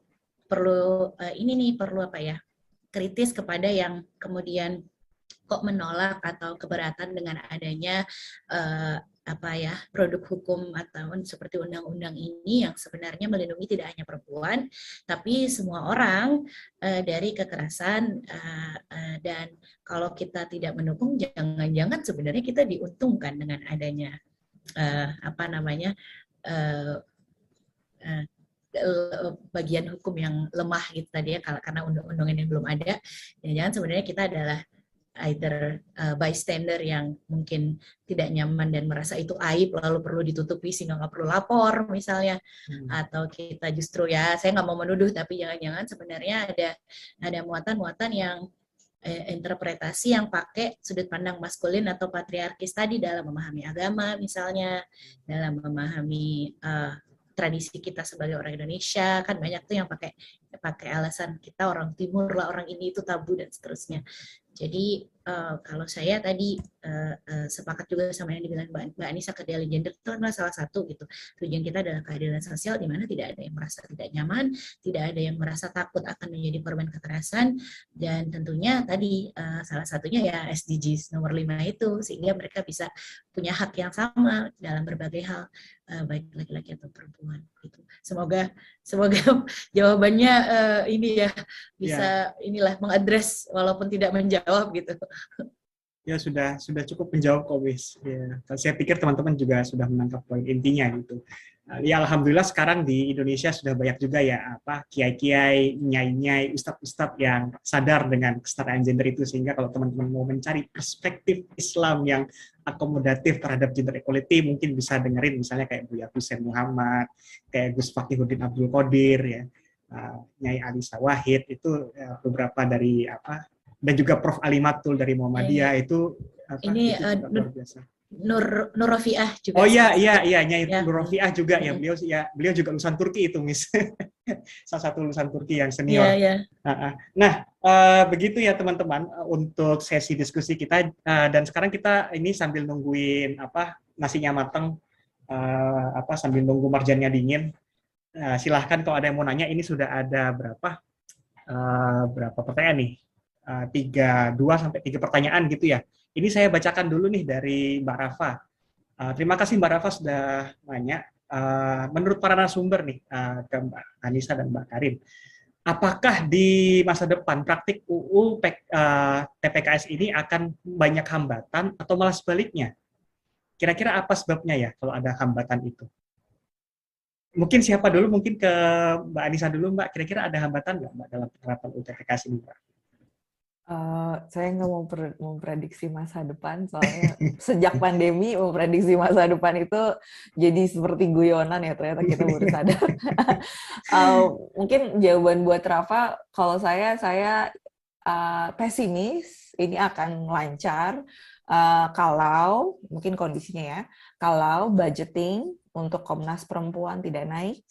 perlu uh, ini nih perlu apa ya? Kritis kepada yang kemudian kok menolak atau keberatan dengan adanya uh, apa ya produk hukum atau seperti undang-undang ini yang sebenarnya melindungi tidak hanya perempuan tapi semua orang uh, dari kekerasan, uh, uh, dan kalau kita tidak mendukung, jangan-jangan sebenarnya kita diuntungkan dengan adanya uh, apa namanya uh, uh, bagian hukum yang lemah gitu tadi ya, karena undang-undang ini belum ada, jangan-jangan sebenarnya kita adalah either uh, bystander yang mungkin tidak nyaman dan merasa itu aib lalu perlu ditutupi sehingga nggak perlu lapor misalnya, hmm. atau kita justru ya saya nggak mau menuduh tapi jangan-jangan sebenarnya ada ada muatan-muatan yang eh, interpretasi yang pakai sudut pandang maskulin atau patriarkis tadi dalam memahami agama misalnya, dalam memahami uh, tradisi kita sebagai orang Indonesia, kan banyak tuh yang pakai pakai alasan kita orang timur lah, orang ini itu tabu dan seterusnya. Jadi uh, kalau saya tadi uh, uh, sepakat juga sama yang dibilang Mbak, Mbak Anissa, keadilan gender itu adalah salah satu gitu. Tujuan kita adalah keadilan sosial di mana tidak ada yang merasa tidak nyaman, tidak ada yang merasa takut akan menjadi korban kekerasan, dan tentunya tadi uh, salah satunya ya S D Gs nomor lima itu, sehingga mereka bisa punya hak yang sama dalam berbagai hal, uh, baik laki-laki atau perempuan gitu. Semoga semoga jawabannya uh, ini ya bisa yeah. inilah mengadres walaupun tidak menjawab gitu. Ya sudah sudah cukup menjawab kok, Wis. Ya, saya pikir teman-teman juga sudah menangkap poin intinya gitu. Ya alhamdulillah sekarang di Indonesia sudah banyak juga ya apa kiai-kiai, nyai-nyai, ustadz-ustadz yang sadar dengan kesetaraan gender itu, sehingga kalau teman-teman mau mencari perspektif Islam yang akomodatif terhadap gender equality mungkin bisa dengerin misalnya kayak Buya Hussein Muhammad, kayak Gus Fakihuddin Abdul Qadir ya. Uh, Nyai Alisa Wahid itu uh, beberapa dari apa, dan juga Prof Alimatul dari Muhammadiyah ya, itu apa, ini itu uh, luar biasa. Nur Nur Rofiah juga. Oh iya iya iya Nyai ya. Nur Rofiah juga ya, beliau ya beliau juga lulusan Turki itu, Miss. Salah satu lulusan Turki yang senior. Ya, ya. Nah, uh, begitu ya teman-teman uh, untuk sesi diskusi kita, uh, dan sekarang kita ini sambil nungguin apa nasinya matang, uh, apa sambil nunggu marjannya dingin. Nah, silahkan kalau ada yang mau nanya, ini sudah ada berapa uh, berapa pertanyaan nih? Uh, tiga, dua sampai tiga pertanyaan gitu ya. Ini saya bacakan dulu nih dari Mbak Rafa. Uh, terima kasih Mbak Rafa sudah nanya. Uh, menurut para narasumber nih, uh, ke Mbak Anissa dan Mbak Karin, apakah di masa depan praktik U U uh, T P K S ini akan banyak hambatan atau malah sebaliknya? Kira-kira apa sebabnya ya kalau ada hambatan itu? Mungkin siapa dulu? Mungkin ke Mbak Anissa dulu, Mbak. Kira-kira ada hambatan nggak, Mbak, dalam penerapan U T P K S ini, Mbak? Uh, saya nggak mau memprediksi masa depan, soalnya sejak pandemi memprediksi masa depan itu jadi seperti guyonan ya, ternyata kita baru sadar. uh, mungkin jawaban buat Rafa, kalau saya, saya uh, pesimis ini akan lancar uh, kalau, mungkin kondisinya ya, kalau budgeting untuk Komnas Perempuan tidak naik,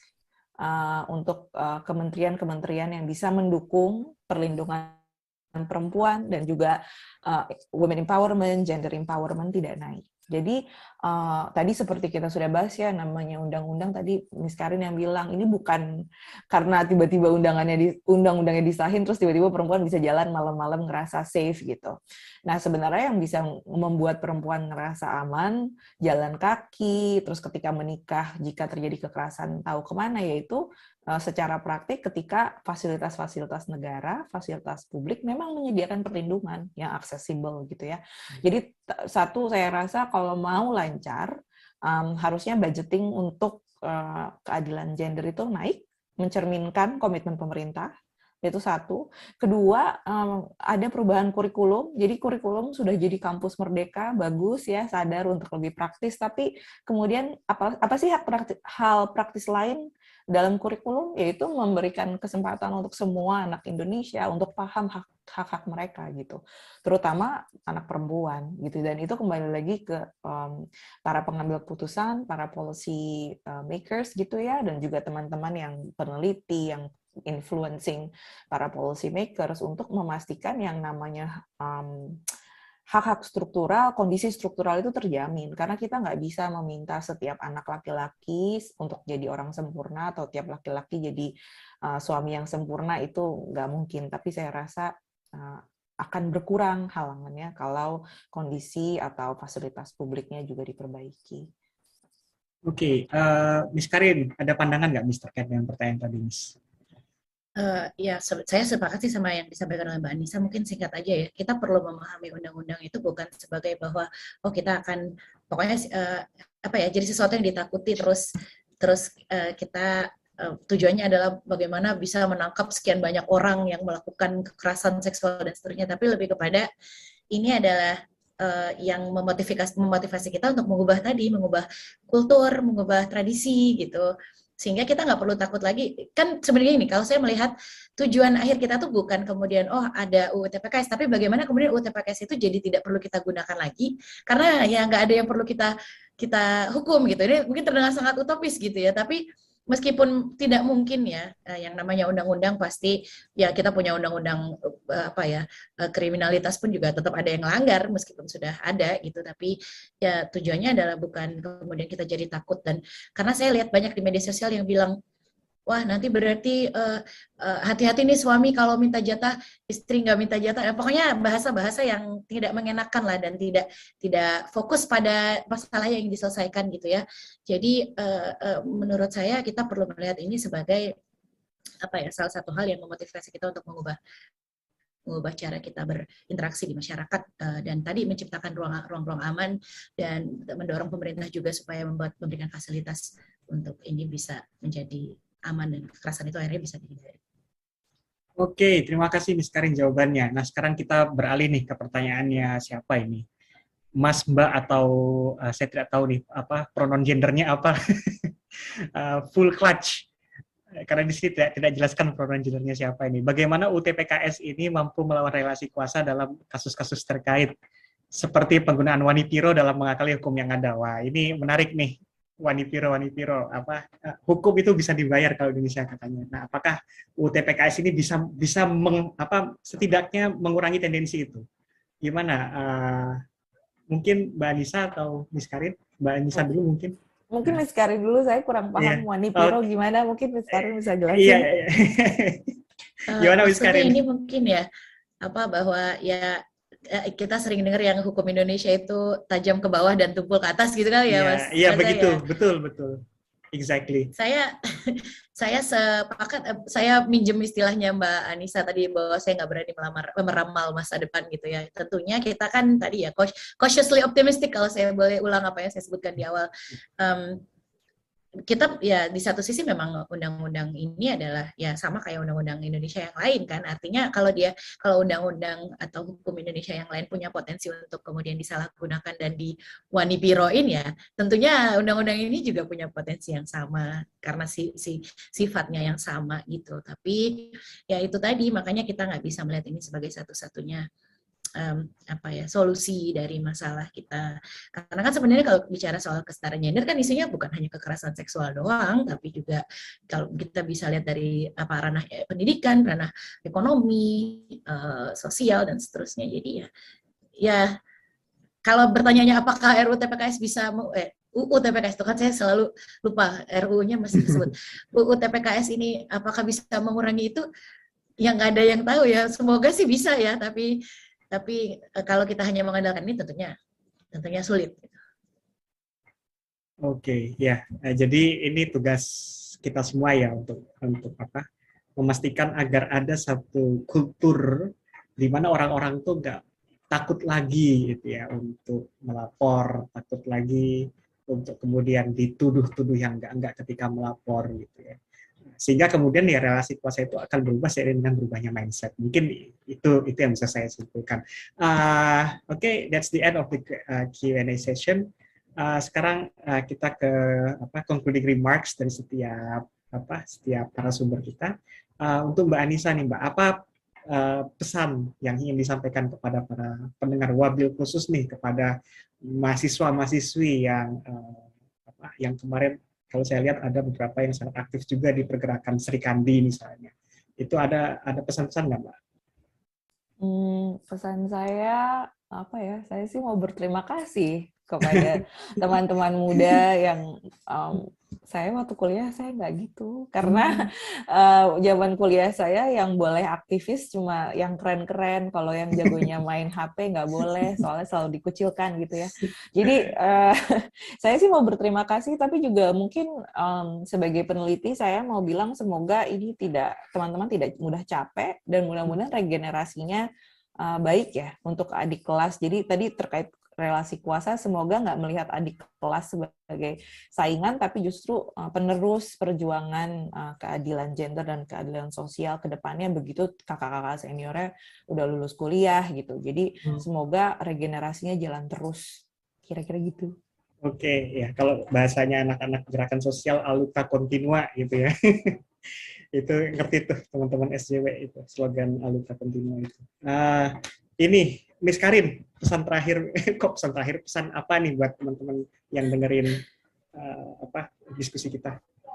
uh, untuk uh, kementerian-kementerian yang bisa mendukung perlindungan perempuan dan juga uh, women empowerment, gender empowerment tidak naik. Jadi uh, tadi seperti kita sudah bahas ya, namanya undang-undang tadi Miss Karin yang bilang ini bukan karena tiba-tiba undangannya di, undang-undangnya disahin terus tiba-tiba perempuan bisa jalan malam-malam ngerasa safe gitu. Nah sebenarnya yang bisa membuat perempuan ngerasa aman, jalan kaki, terus ketika menikah jika terjadi kekerasan tahu kemana, yaitu uh, secara praktik ketika fasilitas-fasilitas negara, fasilitas publik memang menyediakan perlindungan yang aksesibel gitu ya. Jadi satu saya rasa kalau mau lancar, um, harusnya budgeting untuk uh, keadilan gender itu naik, mencerminkan komitmen pemerintah, itu satu. Kedua, um, ada perubahan kurikulum, jadi kurikulum sudah jadi kampus merdeka, bagus ya, sadar untuk lebih praktis, tapi kemudian apa, apa sih hak praktis, hal praktis lain dalam kurikulum, yaitu memberikan kesempatan untuk semua anak Indonesia untuk paham hak hak-hak mereka gitu, terutama anak perempuan gitu, dan itu kembali lagi ke um, para pengambil keputusan, para policy uh, makers gitu ya, dan juga teman-teman yang peneliti, yang influencing para policy makers untuk memastikan yang namanya um, hak-hak struktural, kondisi struktural itu terjamin, karena kita nggak bisa meminta setiap anak laki-laki untuk jadi orang sempurna atau tiap laki-laki jadi uh, suami yang sempurna, itu nggak mungkin, tapi saya rasa Uh, akan berkurang halangannya kalau kondisi atau fasilitas publiknya juga diperbaiki. Oke, okay. uh, Miss Karin, ada pandangan nggak Miss terkait dengan pertanyaan tadi, Miss? Uh, ya, saya sepakat sih sama yang disampaikan oleh Mbak Anissa. Mungkin singkat aja ya, kita perlu memahami undang-undang itu bukan sebagai bahwa oh kita akan pokoknya uh, apa ya, jadi sesuatu yang ditakuti terus terus uh, kita tujuannya adalah bagaimana bisa menangkap sekian banyak orang yang melakukan kekerasan seksual dan seterusnya, tapi lebih kepada ini adalah uh, yang memotivasi memotivasi kita untuk mengubah tadi, mengubah kultur, mengubah tradisi gitu. Sehingga kita nggak perlu takut lagi. Kan sebenarnya ini, kalau saya melihat tujuan akhir kita tuh bukan kemudian, oh ada U U T P K S, tapi bagaimana kemudian U U T P K S itu jadi tidak perlu kita gunakan lagi, karena ya nggak ada yang perlu kita kita hukum gitu. Ini mungkin terdengar sangat utopis gitu ya, tapi meskipun tidak mungkin ya, yang namanya undang-undang pasti ya kita punya undang-undang apa ya, kriminalitas pun juga tetap ada yang langgar meskipun sudah ada gitu, tapi ya tujuannya adalah bukan kemudian kita jadi takut. Dan karena saya lihat banyak di media sosial yang bilang, wah nanti berarti uh, uh, hati-hati nih suami kalau minta jatah, istri nggak minta jatah. Ya, pokoknya bahasa-bahasa yang tidak mengenakan lah dan tidak tidak fokus pada masalah yang diselesaikan gitu ya. Jadi uh, uh, menurut saya kita perlu melihat ini sebagai apa ya, salah satu hal yang memotivasi kita untuk mengubah mengubah cara kita berinteraksi di masyarakat, uh, dan tadi menciptakan ruang-ruang aman dan mendorong pemerintah juga supaya membuat memberikan fasilitas untuk ini bisa menjadi aman dan kekerasan itu akhirnya bisa dihindari. Oke, terima kasih Miss Karin jawabannya. Nah, sekarang kita beralih nih ke pertanyaannya siapa ini? Mas, Mbak, atau uh, saya tidak tahu nih apa pronoun gendernya apa. uh, full clutch. Karena di sini tidak tidak jelaskan pronoun gendernya siapa ini. Bagaimana U T P K S ini mampu melawan relasi kuasa dalam kasus-kasus terkait seperti penggunaan wanipiro dalam mengakali hukum yang ada. Wah, ini menarik nih. Wanipiro, wanipiro, apa hukum itu bisa dibayar kalau Indonesia katanya. Nah, apakah U T P K S ini bisa bisa meng, apa setidaknya mengurangi tendensi itu? Gimana? Uh, mungkin Mbak Anissa atau Miss Karin? Mbak Anissa dulu mungkin. Mungkin Miss Karin dulu, saya kurang paham yeah. wanipiro oh. gimana? Mungkin Miss Karin bisa jelasin. Iya. Yeah, yeah. Gimana Miss Karin? Ini mungkin ya apa bahwa ya kita sering dengar yang hukum Indonesia itu tajam ke bawah dan tumpul ke atas gitu kan ya, Mas? Iya, begitu, ya? betul, betul. Exactly. Saya saya sepakat, saya minjem istilahnya Mbak Anissa tadi bahwa saya nggak berani melamar, meramal masa depan gitu ya. Tentunya kita kan tadi ya cautiously optimistic kalau saya boleh ulang apa yang saya sebutkan di awal. Um, kita ya di satu sisi memang undang-undang ini adalah ya sama kayak undang-undang Indonesia yang lain kan, artinya kalau dia kalau undang-undang atau hukum Indonesia yang lain punya potensi untuk kemudian disalahgunakan dan diwanipiroin ya tentunya undang-undang ini juga punya potensi yang sama karena si, si sifatnya yang sama gitu. Tapi ya itu tadi makanya kita nggak bisa melihat ini sebagai satu-satunya Um, apa ya solusi dari masalah kita, karena kan sebenarnya kalau bicara soal kesetaraan gender kan isunya bukan hanya kekerasan seksual doang, tapi juga kalau kita bisa lihat dari apa ranah pendidikan, ranah ekonomi, uh, sosial dan seterusnya. Jadi ya ya kalau bertanyanya apakah R U U T P K S bisa eh, U U T P K S itu kan saya selalu lupa R U U-nya masih disebut U U T P K S ini apakah bisa mengurangi itu, yang nggak ada yang tahu ya. Semoga sih bisa ya, tapi Tapi kalau kita hanya mengandalkan ini tentunya tentunya sulit. Oke, ya. Nah, jadi ini tugas kita semua ya untuk untuk apa? Memastikan agar ada satu kultur di mana orang-orang tuh nggak takut lagi gitu ya untuk melapor, takut lagi untuk kemudian dituduh-tuduh yang enggak-enggak ketika melapor gitu ya. Sehingga kemudian ya relasi kuasa itu akan berubah seiring dengan berubahnya mindset. Mungkin itu itu yang bisa saya simpulkan. Uh, Oke, okay, that's the end of the uh, Q and A session. Uh, sekarang uh, kita ke apa concluding remarks dari setiap apa setiap narasumber kita. Uh, untuk Mbak Anissa nih Mbak, apa uh, pesan yang ingin disampaikan kepada para pendengar Wabil khusus nih kepada mahasiswa-mahasiswi yang uh, apa yang kemarin kalau saya lihat ada beberapa yang sangat aktif juga di pergerakan Sri Kandi misalnya. Itu ada ada pesan-pesan nggak Mbak? Hmm, pesan saya apa ya? Saya sih mau berterima kasih kepada teman-teman muda yang um, saya waktu kuliah saya nggak gitu, karena uh, zaman kuliah saya yang boleh aktivis cuma yang keren-keren, kalau yang jagonya main H P nggak boleh, soalnya selalu dikucilkan gitu ya. Jadi uh, saya sih mau berterima kasih, tapi juga mungkin um, sebagai peneliti saya mau bilang semoga ini tidak teman-teman tidak mudah capek dan mudah-mudahan regenerasinya uh, baik ya untuk adik kelas. Jadi tadi terkait relasi kuasa, semoga nggak melihat adik kelas sebagai saingan, tapi justru uh, penerus perjuangan uh, keadilan gender dan keadilan sosial ke depannya, begitu kakak-kakak seniornya udah lulus kuliah gitu. Jadi hmm. semoga regenerasinya jalan terus, kira-kira gitu. Oke, ya kalau bahasanya anak-anak gerakan sosial aluta continua gitu ya. Itu ngerti tuh teman-teman S J W itu, slogan aluta continua itu. Nah, ini Miss Karin, pesan terakhir, kok pesan terakhir, pesan apa nih buat teman-teman yang dengerin uh, apa diskusi kita?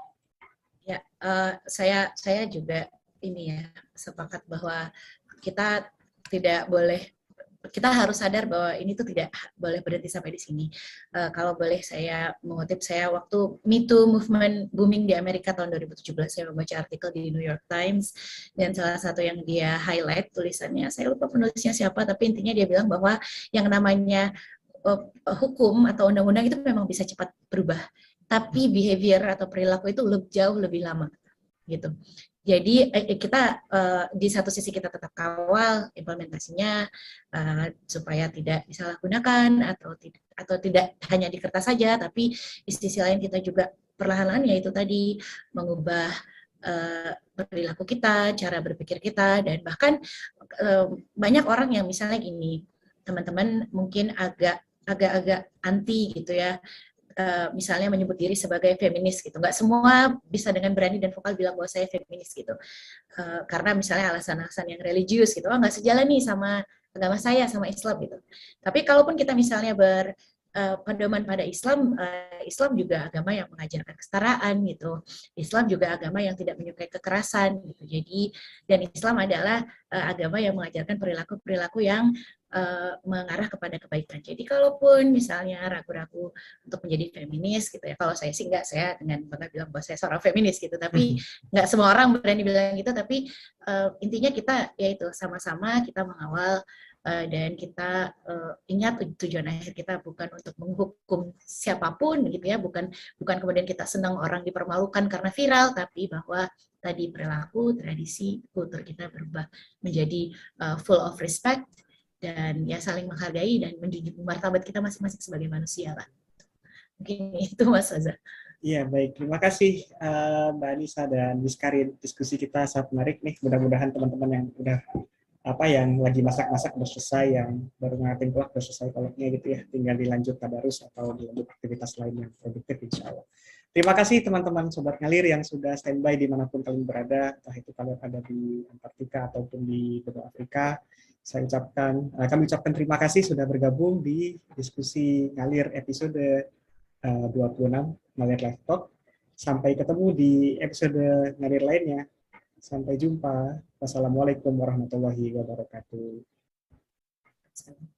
Ya, uh, saya saya juga ini ya sepakat bahwa kita tidak boleh, kita harus sadar bahwa ini tuh tidak boleh berhenti sampai di sini. Uh, kalau boleh saya mengutip, saya waktu Me Too movement booming di Amerika tahun dua ribu tujuh belas, saya membaca artikel di New York Times, dan salah satu yang dia highlight tulisannya, saya lupa penulisnya siapa, tapi intinya dia bilang bahwa yang namanya uh, hukum atau undang-undang itu memang bisa cepat berubah, tapi behavior atau perilaku itu lebih jauh lebih lama gitu. Jadi eh, kita uh, di satu sisi kita tetap kawal implementasinya uh, supaya tidak disalahgunakan atau tidak atau tidak hanya di kertas saja, tapi di sisi lain kita juga perlahan-lahan yaitu tadi mengubah uh, perilaku kita, cara berpikir kita, dan bahkan uh, banyak orang yang misalnya gini, teman-teman mungkin agak agak-agak anti gitu ya. Uh, misalnya menyebut diri sebagai feminis gitu, nggak semua bisa dengan berani dan vokal bilang bahwa saya feminis gitu, uh, karena misalnya alasan-alasan yang religius gitu, oh nggak sejalan nih sama agama saya, sama Islam gitu. Tapi kalaupun kita misalnya ber uh, pedoman pada Islam, uh, Islam juga agama yang mengajarkan kesetaraan gitu, Islam juga agama yang tidak menyukai kekerasan gitu. Jadi dan Islam adalah uh, agama yang mengajarkan perilaku-perilaku yang Uh, mengarah kepada kebaikan. Jadi kalaupun misalnya ragu-ragu untuk menjadi feminis gitu ya, kalau saya sih enggak, saya dengan bangga bilang bahwa saya seorang feminis gitu, tapi enggak semua orang berani bilang gitu, tapi uh, intinya kita yaitu sama-sama kita mengawal uh, dan kita uh, ingat tujuan akhir kita bukan untuk menghukum siapapun gitu ya, bukan bukan kemudian kita senang orang dipermalukan karena viral, tapi bahwa tadi perilaku, tradisi, kultur kita berubah menjadi uh, full of respect dan ya saling menghargai dan menjunjung martabat kita masing-masing sebagai manusia lah. Mungkin itu Mas Haza. Iya, baik. Terima kasih uh, Mbak Anissa dan Miss Karin. Diskusi kita sangat menarik nih. Mudah-mudahan teman-teman yang udah apa yang lagi masak-masak udah selesai, yang baru ngatin kolak udah selesai kolaknya gitu ya. Tinggal dilanjut tadarus atau dilanjut aktivitas lain yang produktif insya Allah. Terima kasih teman-teman Sobat Ngalir yang sudah standby dimanapun kalian berada, entah itu kalian ada di Antartika ataupun di benua Afrika. Saya ucapkan, kami ucapkan terima kasih sudah bergabung di diskusi Ngalir episode uh, dua puluh enam Ngalir Live Talk. Sampai ketemu di episode Ngalir lainnya. Sampai jumpa. Wassalamualaikum warahmatullahi wabarakatuh.